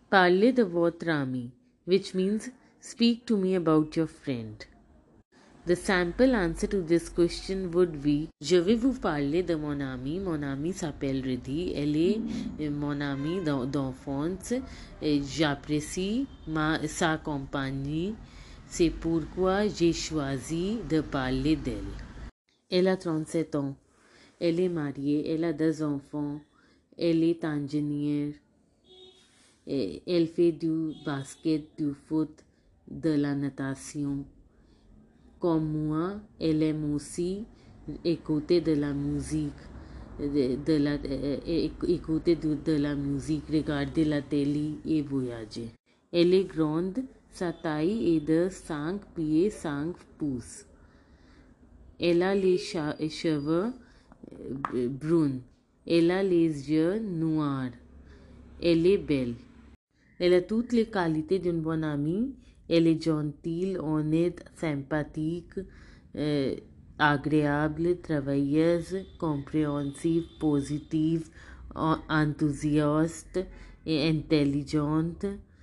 Parlez de votre ami, which means speak to me about your friend. The sample answer to this question would be Je vais vous parler de mon ami. Mon ami s'appelle Riddhi. Elle est mon amie d'enfance. J'apprécie sa compagnie. C'est pourquoi j'ai choisi de parler d'elle. Elle a 37 ans. Elle est mariée. Elle a 2 enfants. Elle est ingénieure. Elle fait du basket, du foot, de la natation. Comme moi, elle aime aussi écouter de la musique, écouter de la musique, regarder la télé et voyager. Elle est grande, sa taille est de 5 pieds 5 pouces. Elle a les cheveux bruns. Elle a les yeux noirs. Elle est belle. Elle a toutes les qualités d'une bonne amie. Elle est gentille, honnête, sympathique, agréable, travailleuse, compréhensive, positive, enthousiaste et intelligente.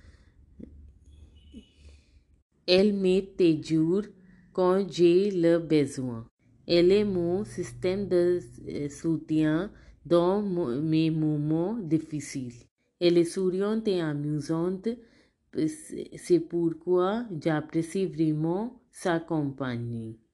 Elle m'aide toujours quand j'ai le besoin. Elle est mon système de soutien dans mes moments difficiles. Elle est souriante et amusante, c'est pourquoi j'apprécie vraiment sa compagnie.